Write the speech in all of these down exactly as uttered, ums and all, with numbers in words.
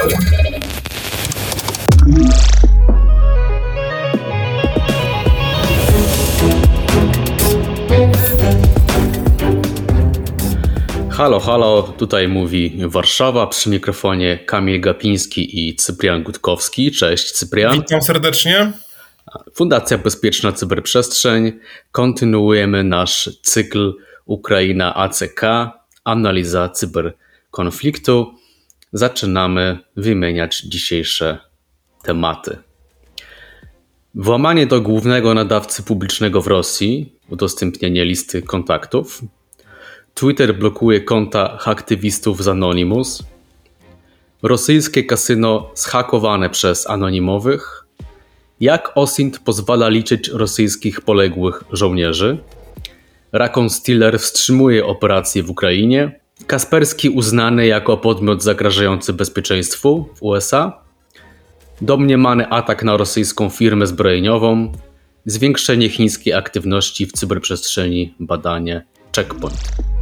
Halo, halo, tutaj mówi Warszawa, przy mikrofonie Kamil Gapiński i Cyprian Gutkowski. Cześć Cyprian. Witam serdecznie. Fundacja Bezpieczna Cyberprzestrzeń. Kontynuujemy nasz cykl Ukraina A C K, analiza cyberkonfliktu. Zaczynamy wymieniać dzisiejsze tematy. Włamanie do głównego nadawcy publicznego w Rosji, udostępnienie listy kontaktów. Twitter blokuje konta aktywistów z Anonymous. Rosyjskie kasyno zhakowane przez anonimowych. Jak OSINT pozwala liczyć rosyjskich poległych żołnierzy. Rakon Stiller wstrzymuje operacje w Ukrainie. Kaspersky uznany jako podmiot zagrażający bezpieczeństwu w U S A. Domniemany atak na rosyjską firmę zbrojeniową. Zwiększenie chińskiej aktywności w cyberprzestrzeni, badanie Checkpoint.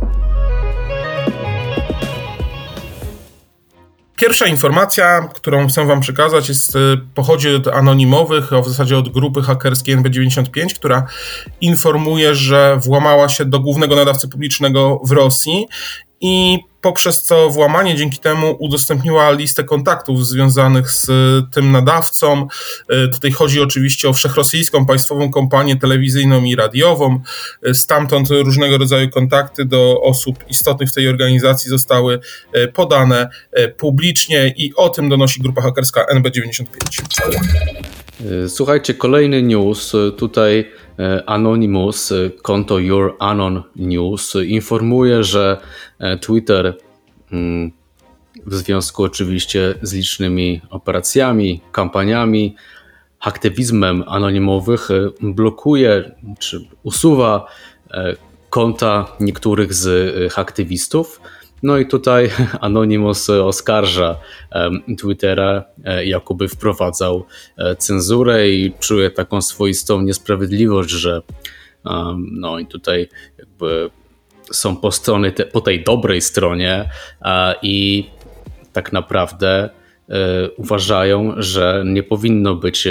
Pierwsza informacja, którą chcę wam przekazać, jest, pochodzi od anonimowych, a w zasadzie od grupy hakerskiej N B dziewięćdziesiąt pięć, która informuje, że włamała się do głównego nadawcy publicznego w Rosji i poprzez to włamanie dzięki temu udostępniła listę kontaktów związanych z tym nadawcą. Tutaj chodzi oczywiście o wszechrosyjską państwową kompanię telewizyjną i radiową. Stamtąd różnego rodzaju kontakty do osób istotnych w tej organizacji zostały podane publicznie i o tym donosi grupa hakerska N B dziewięćdziesiąt pięć. Słuchajcie, kolejny news. Tutaj Anonymous, konto Your Anon News informuje, że Twitter w związku oczywiście z licznymi operacjami, kampaniami, aktywizmem anonimowych blokuje czy usuwa konta niektórych z aktywistów. No i tutaj Anonymous oskarża Twittera, jakoby wprowadzał cenzurę i czuje taką swoistą niesprawiedliwość, że no i tutaj jakby są po, stronie te, po tej dobrej stronie i tak naprawdę uważają, że nie powinno być,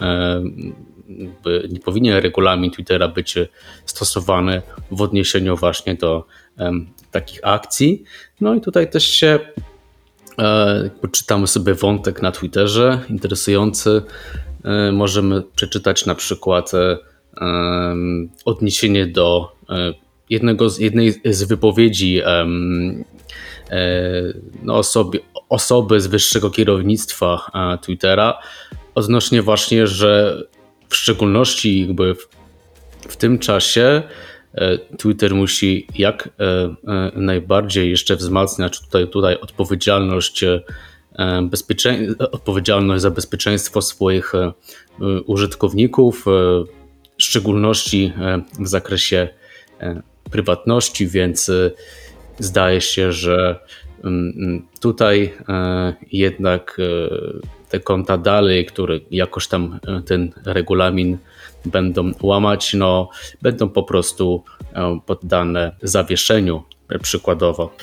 nie powinien regulamin Twittera być stosowany w odniesieniu właśnie do takich akcji. No i tutaj też się e, czytamy sobie wątek na Twitterze interesujący. E, możemy przeczytać na przykład e, odniesienie do e, jednego z, jednej z wypowiedzi e, e, no osoby, osoby z wyższego kierownictwa e, Twittera odnośnie właśnie, że w szczególności jakby w, w tym czasie Twitter musi jak najbardziej jeszcze wzmacniać tutaj, tutaj odpowiedzialność, bezpieczeństw, odpowiedzialność za bezpieczeństwo swoich użytkowników, w szczególności w zakresie prywatności, więc zdaje się, że tutaj jednak te konta dalej, które jakoś tam ten regulamin będą łamać, no będą po prostu poddane zawieszeniu przykładowo.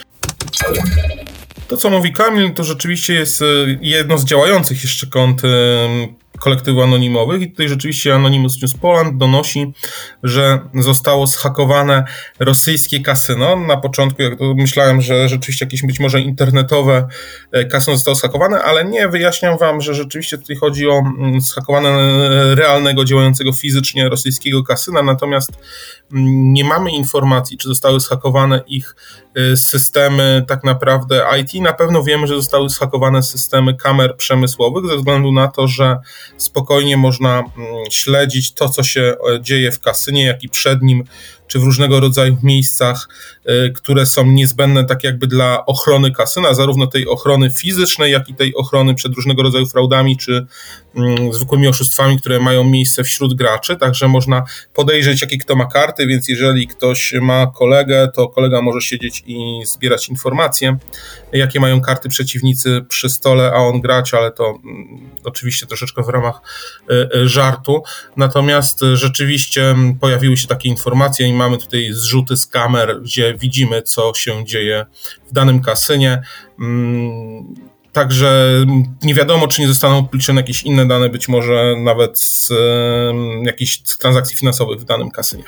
To, co mówi Kamil, to rzeczywiście jest jedno z działających jeszcze kont kolektywu anonimowych i tutaj rzeczywiście Anonymous News Poland donosi, że zostało zhakowane rosyjskie kasyno. Na początku jak to myślałem, że rzeczywiście jakieś być może internetowe kasyno zostało zhakowane, ale nie, wyjaśniam wam, że rzeczywiście tutaj chodzi o zhakowane realnego, działającego fizycznie rosyjskiego kasyna, natomiast nie mamy informacji, czy zostały zhakowane ich systemy tak naprawdę I T. Na pewno wiemy, że zostały zhakowane systemy kamer przemysłowych ze względu na to, że spokojnie można śledzić to, co się dzieje w kasynie, jak i przed nim, czy w różnego rodzaju miejscach, które są niezbędne tak jakby dla ochrony kasyna, zarówno tej ochrony fizycznej, jak i tej ochrony przed różnego rodzaju fraudami, czy zwykłymi oszustwami, które mają miejsce wśród graczy, także można podejrzeć, jakie kto ma karty, więc jeżeli ktoś ma kolegę, to kolega może siedzieć i zbierać informacje, jakie mają karty przeciwnicy przy stole, a on grać, ale to oczywiście troszeczkę w ramach żartu. Natomiast rzeczywiście pojawiły się takie informacje i mamy tutaj zrzuty z kamer, gdzie widzimy, co się dzieje w danym kasynie. Także nie wiadomo, czy nie zostaną upublicznione jakieś inne dane, być może nawet z jakichś transakcji finansowych w danym kasynie.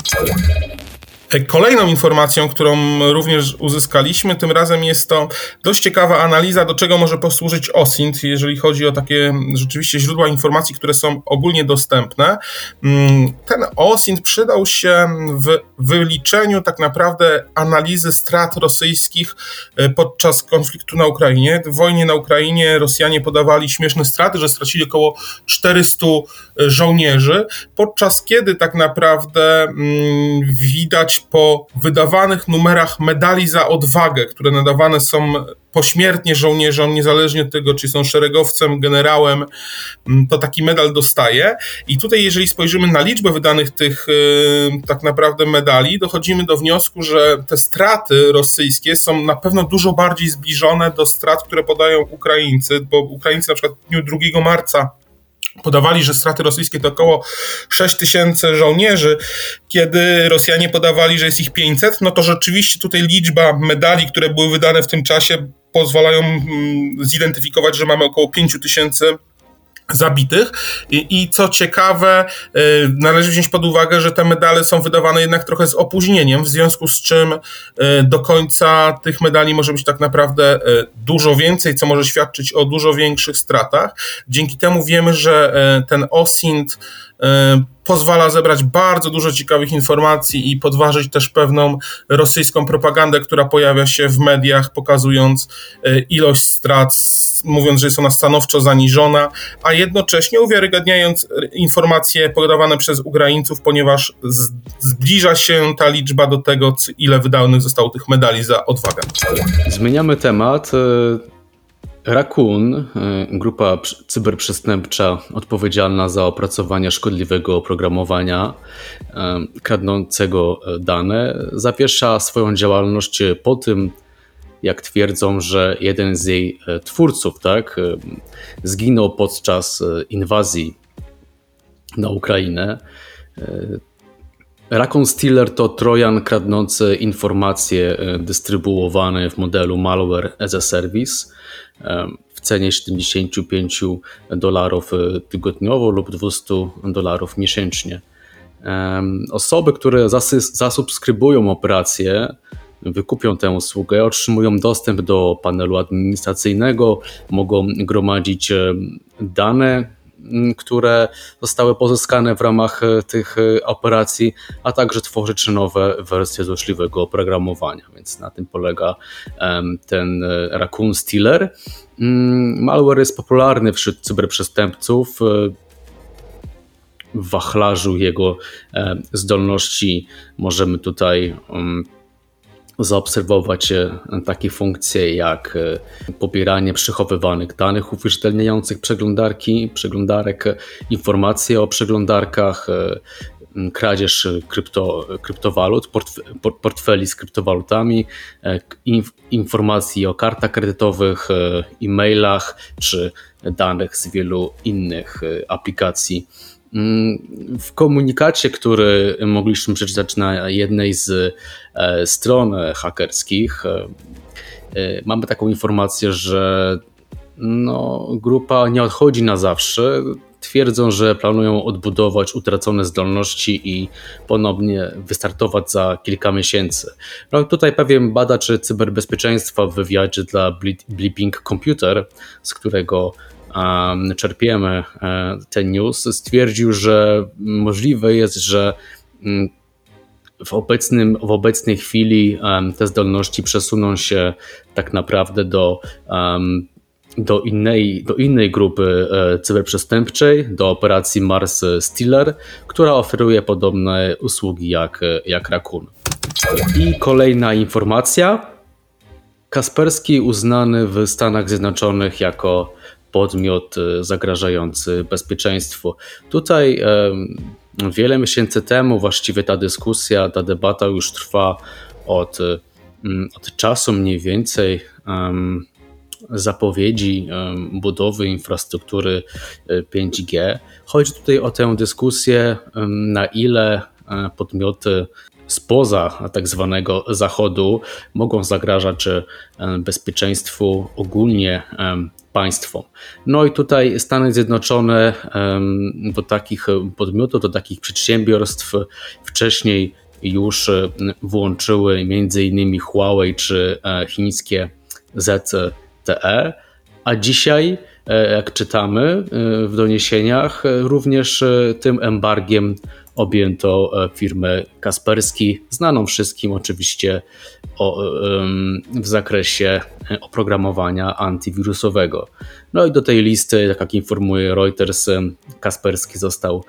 Kolejną informacją, którą również uzyskaliśmy, tym razem jest to dość ciekawa analiza, do czego może posłużyć O S I N T, jeżeli chodzi o takie rzeczywiście źródła informacji, które są ogólnie dostępne. Ten O S I N T przydał się w wyliczeniu tak naprawdę analizy strat rosyjskich podczas konfliktu na Ukrainie. W wojnie na Ukrainie Rosjanie podawali śmieszne straty, że stracili około czterystu żołnierzy, podczas kiedy tak naprawdę widać po wydawanych numerach medali za odwagę, które nadawane są pośmiertnie żołnierzom, niezależnie od tego, czy są szeregowcem, generałem, to taki medal dostaje. I tutaj, jeżeli spojrzymy na liczbę wydanych tych tak naprawdę medali, dochodzimy do wniosku, że te straty rosyjskie są na pewno dużo bardziej zbliżone do strat, które podają Ukraińcy, bo Ukraińcy na przykład w dniu drugiego marca podawali, że straty rosyjskie to około sześć tysięcy żołnierzy, kiedy Rosjanie podawali, że jest ich pięćset, no to rzeczywiście tutaj liczba medali, które były wydane w tym czasie, pozwalają zidentyfikować, że mamy około pięć tysięcy zabitych. I, I co ciekawe, yy, należy wziąć pod uwagę, że te medale są wydawane jednak trochę z opóźnieniem, w związku z czym yy, do końca tych medali może być tak naprawdę yy, dużo więcej, co może świadczyć o dużo większych stratach. Dzięki temu wiemy, że yy, ten O S I N T yy, pozwala zebrać bardzo dużo ciekawych informacji i podważyć też pewną rosyjską propagandę, która pojawia się w mediach, pokazując ilość strat, mówiąc, że jest ona stanowczo zaniżona, a jednocześnie uwiarygadniając informacje podawane przez Ukraińców, ponieważ zbliża się ta liczba do tego, ile wydanych zostało tych medali za odwagę. Zmieniamy temat. Raccoon, grupa cyberprzestępcza odpowiedzialna za opracowanie szkodliwego oprogramowania kradnącego dane, zawiesza swoją działalność po tym, jak twierdzą, że jeden z jej twórców, tak, zginął podczas inwazji na Ukrainę. Raccoon Stealer to trojan kradnący informacje dystrybuowane w modelu Malware as a Service w cenie siedemdziesiąt pięć dolarów tygodniowo lub dwieście dolarów miesięcznie. Osoby, które zasy- zasubskrybują operację, wykupią tę usługę, otrzymują dostęp do panelu administracyjnego, mogą gromadzić dane, które zostały pozyskane w ramach tych operacji, a także tworzyć nowe wersje złośliwego oprogramowania. Więc na tym polega ten Raccoon Stealer. Malware jest popularny wśród cyberprzestępców. W wachlarzu jego zdolności możemy tutaj zaobserwować takie funkcje jak pobieranie przechowywanych danych uwierzytelniających przeglądarki, przeglądarek, informacje o przeglądarkach, kradzież krypto, kryptowalut, portf- portfeli z kryptowalutami, inf- informacji o kartach kredytowych, e-mailach czy danych z wielu innych aplikacji. W komunikacie, który mogliśmy przeczytać na jednej z stron hakerskich, mamy taką informację, że no, grupa nie odchodzi na zawsze. Twierdzą, że planują odbudować utracone zdolności i ponownie wystartować za kilka miesięcy. No, tutaj pewien badacz cyberbezpieczeństwa w wywiadzie dla Bleeping Computer, z którego um, czerpiemy um, ten news, stwierdził, że możliwe jest, że um, w, obecnym, w obecnej chwili um, te zdolności przesuną się tak naprawdę do um, Do innej, do innej grupy e, cyberprzestępczej, do operacji Mars Stealer, która oferuje podobne usługi jak, jak Raccoon. I kolejna informacja. Kaspersky uznany w Stanach Zjednoczonych jako podmiot zagrażający bezpieczeństwu. Tutaj e, wiele miesięcy temu właściwie ta dyskusja, ta debata już trwa od, od czasu mniej więcej um, zapowiedzi budowy infrastruktury pięć G. Chodzi tutaj o tę dyskusję, na ile podmioty spoza tak zwanego Zachodu mogą zagrażać bezpieczeństwu ogólnie państwom. No i tutaj Stany Zjednoczone do takich podmiotów, do takich przedsiębiorstw wcześniej już włączyły między innymi Huawei czy chińskie Z T E, a dzisiaj, jak czytamy w doniesieniach, również tym embargiem objęto firmę Kaspersky, znaną wszystkim oczywiście o, w zakresie oprogramowania antywirusowego. No i do tej listy, jak informuje Reuters, Kaspersky został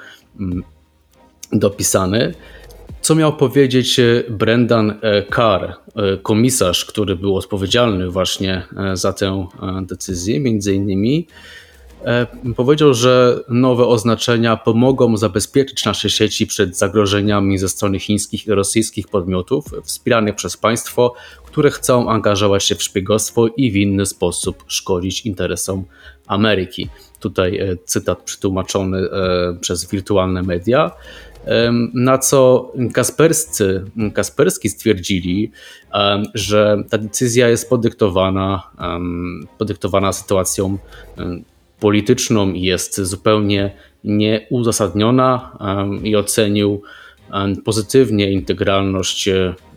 dopisany. Co miał powiedzieć Brendan Carr, komisarz, który był odpowiedzialny właśnie za tę decyzję, między innymi powiedział, że nowe oznaczenia pomogą zabezpieczyć nasze sieci przed zagrożeniami ze strony chińskich i rosyjskich podmiotów wspieranych przez państwo, które chcą angażować się w szpiegostwo i w inny sposób szkodzić interesom Ameryki. Tutaj cytat przetłumaczony przez wirtualne media. Na co Kasperscy, Kaspersky stwierdzili, że ta decyzja jest podyktowana, podyktowana sytuacją polityczną i jest zupełnie nieuzasadniona i ocenił pozytywnie integralność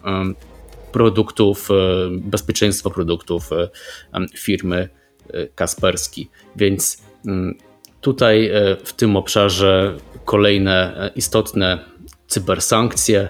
produktów, bezpieczeństwo produktów firmy Kaspersky. Więc tutaj w tym obszarze kolejne istotne cybersankcje,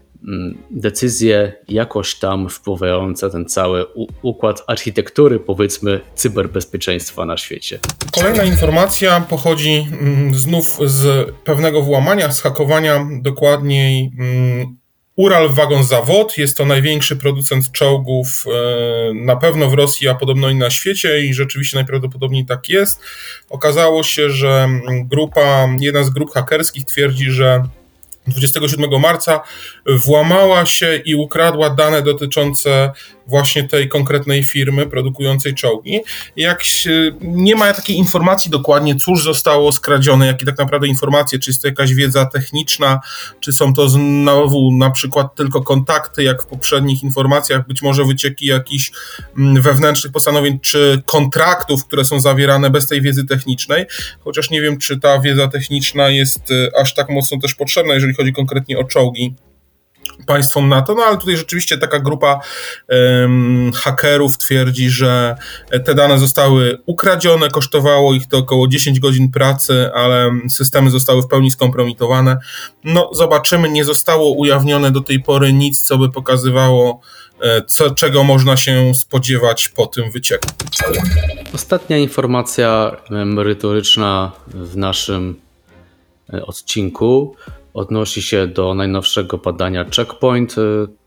decyzje jakoś tam wpływające ten cały układ architektury, powiedzmy, cyberbezpieczeństwa na świecie. Kolejna informacja pochodzi znów z pewnego włamania, zhakowania, dokładniej Uralwagonzawod. Jest to największy producent czołgów na pewno w Rosji, a podobno i na świecie i rzeczywiście najprawdopodobniej tak jest. Okazało się, że grupa, jedna z grup hakerskich twierdzi, że dwudziestego siódmego marca włamała się i ukradła dane dotyczące właśnie tej konkretnej firmy produkującej czołgi. Jak się, nie ma takiej informacji dokładnie, cóż zostało skradzione, jakie tak naprawdę informacje, czy jest to jakaś wiedza techniczna, czy są to znowu na przykład tylko kontakty, jak w poprzednich informacjach, być może wycieki jakichś wewnętrznych postanowień, czy kontraktów, które są zawierane bez tej wiedzy technicznej, chociaż nie wiem, czy ta wiedza techniczna jest aż tak mocno też potrzebna, jeżeli chodzi konkretnie o czołgi państwom NATO, no ale tutaj rzeczywiście taka grupa um, hakerów twierdzi, że te dane zostały ukradzione, kosztowało ich to około dziesięć godzin pracy, ale systemy zostały w pełni skompromitowane. No zobaczymy, nie zostało ujawnione do tej pory nic, co by pokazywało, co, czego można się spodziewać po tym wycieku. Ostatnia informacja merytoryczna w naszym odcinku odnosi się do najnowszego badania Checkpoint,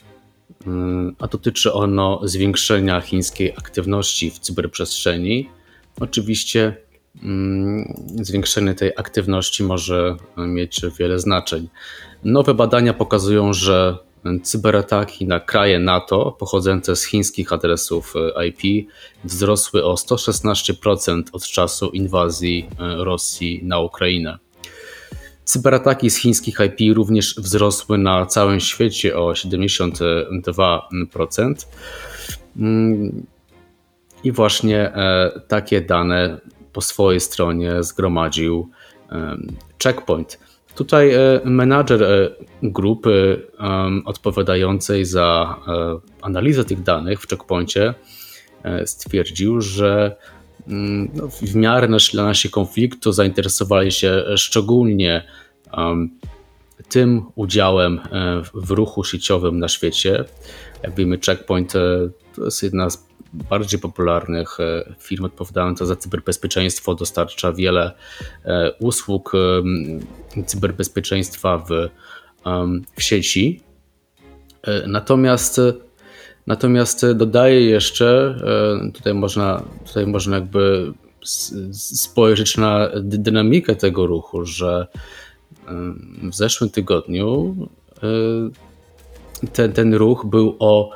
a dotyczy ono zwiększenia chińskiej aktywności w cyberprzestrzeni. Oczywiście zwiększenie tej aktywności może mieć wiele znaczeń. Nowe badania pokazują, że cyberataki na kraje NATO pochodzące z chińskich adresów I P wzrosły o sto szesnaście procent od czasu inwazji Rosji na Ukrainę. Cyberataki z chińskich I P również wzrosły na całym świecie o siedemdziesiąt dwa procent. I właśnie takie dane po swojej stronie zgromadził Checkpoint. Tutaj menadżer grupy odpowiadającej za analizę tych danych w Checkpoincie stwierdził, że no, w miarę naszego konfliktu zainteresowali się szczególnie um, tym udziałem w ruchu sieciowym na świecie. Jak wiemy, Checkpoint to jest jedna z bardziej popularnych firm odpowiadająca za cyberbezpieczeństwo, dostarcza wiele usług cyberbezpieczeństwa w, w sieci. Natomiast Natomiast dodaję jeszcze, tutaj można, tutaj można jakby spojrzeć na dynamikę tego ruchu, że w zeszłym tygodniu ten, ten ruch był o,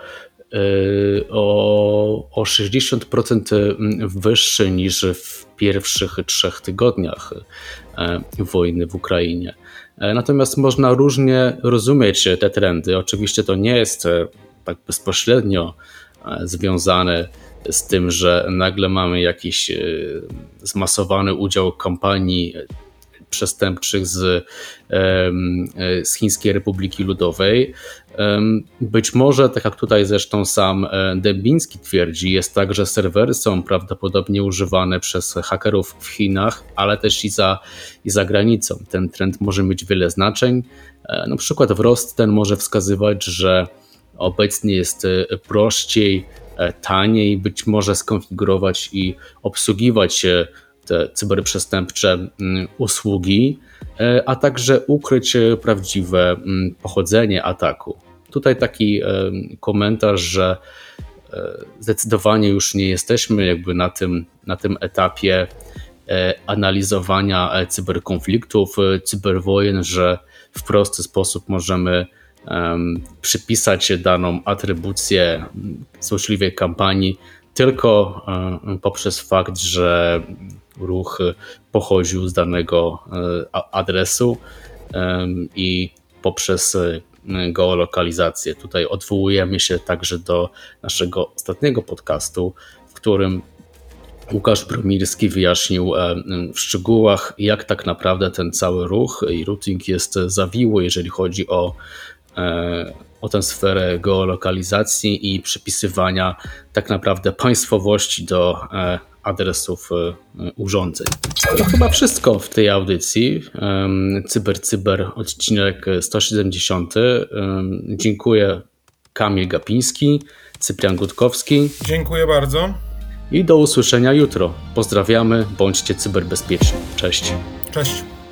o, o sześćdziesiąt procent wyższy niż w pierwszych trzech tygodniach wojny w Ukrainie. Natomiast można różnie rozumieć te trendy. Oczywiście to nie jest tak bezpośrednio związane z tym, że nagle mamy jakiś zmasowany udział kampanii przestępczych z, z Chińskiej Republiki Ludowej. Być może, tak jak tutaj zresztą sam Dębiński twierdzi, jest tak, że serwery są prawdopodobnie używane przez hakerów w Chinach, ale też i za, i za granicą. Ten trend może mieć wiele znaczeń. Na przykład wzrost ten może wskazywać, że obecnie jest prościej, taniej być może skonfigurować i obsługiwać te cyberprzestępcze usługi, a także ukryć prawdziwe pochodzenie ataku. Tutaj taki komentarz, że zdecydowanie już nie jesteśmy jakby na tym, na tym etapie analizowania cyberkonfliktów, cyberwojen, że w prosty sposób możemy przypisać daną atrybucję złośliwej kampanii tylko poprzez fakt, że ruch pochodził z danego adresu i poprzez geolokalizację. Tutaj odwołujemy się także do naszego ostatniego podcastu, w którym Łukasz Bromirski wyjaśnił w szczegółach, jak tak naprawdę ten cały ruch i routing jest zawiły, jeżeli chodzi o o tę sferę geolokalizacji i przypisywania tak naprawdę państwowości do adresów urządzeń. To chyba wszystko w tej audycji. Cyber Cyber, odcinek sto siedemdziesiąty. Dziękuję Kamil Gapiński, Cyprian Gutkowski. Dziękuję bardzo. I do usłyszenia jutro. Pozdrawiamy, bądźcie cyberbezpieczni. Cześć. Cześć.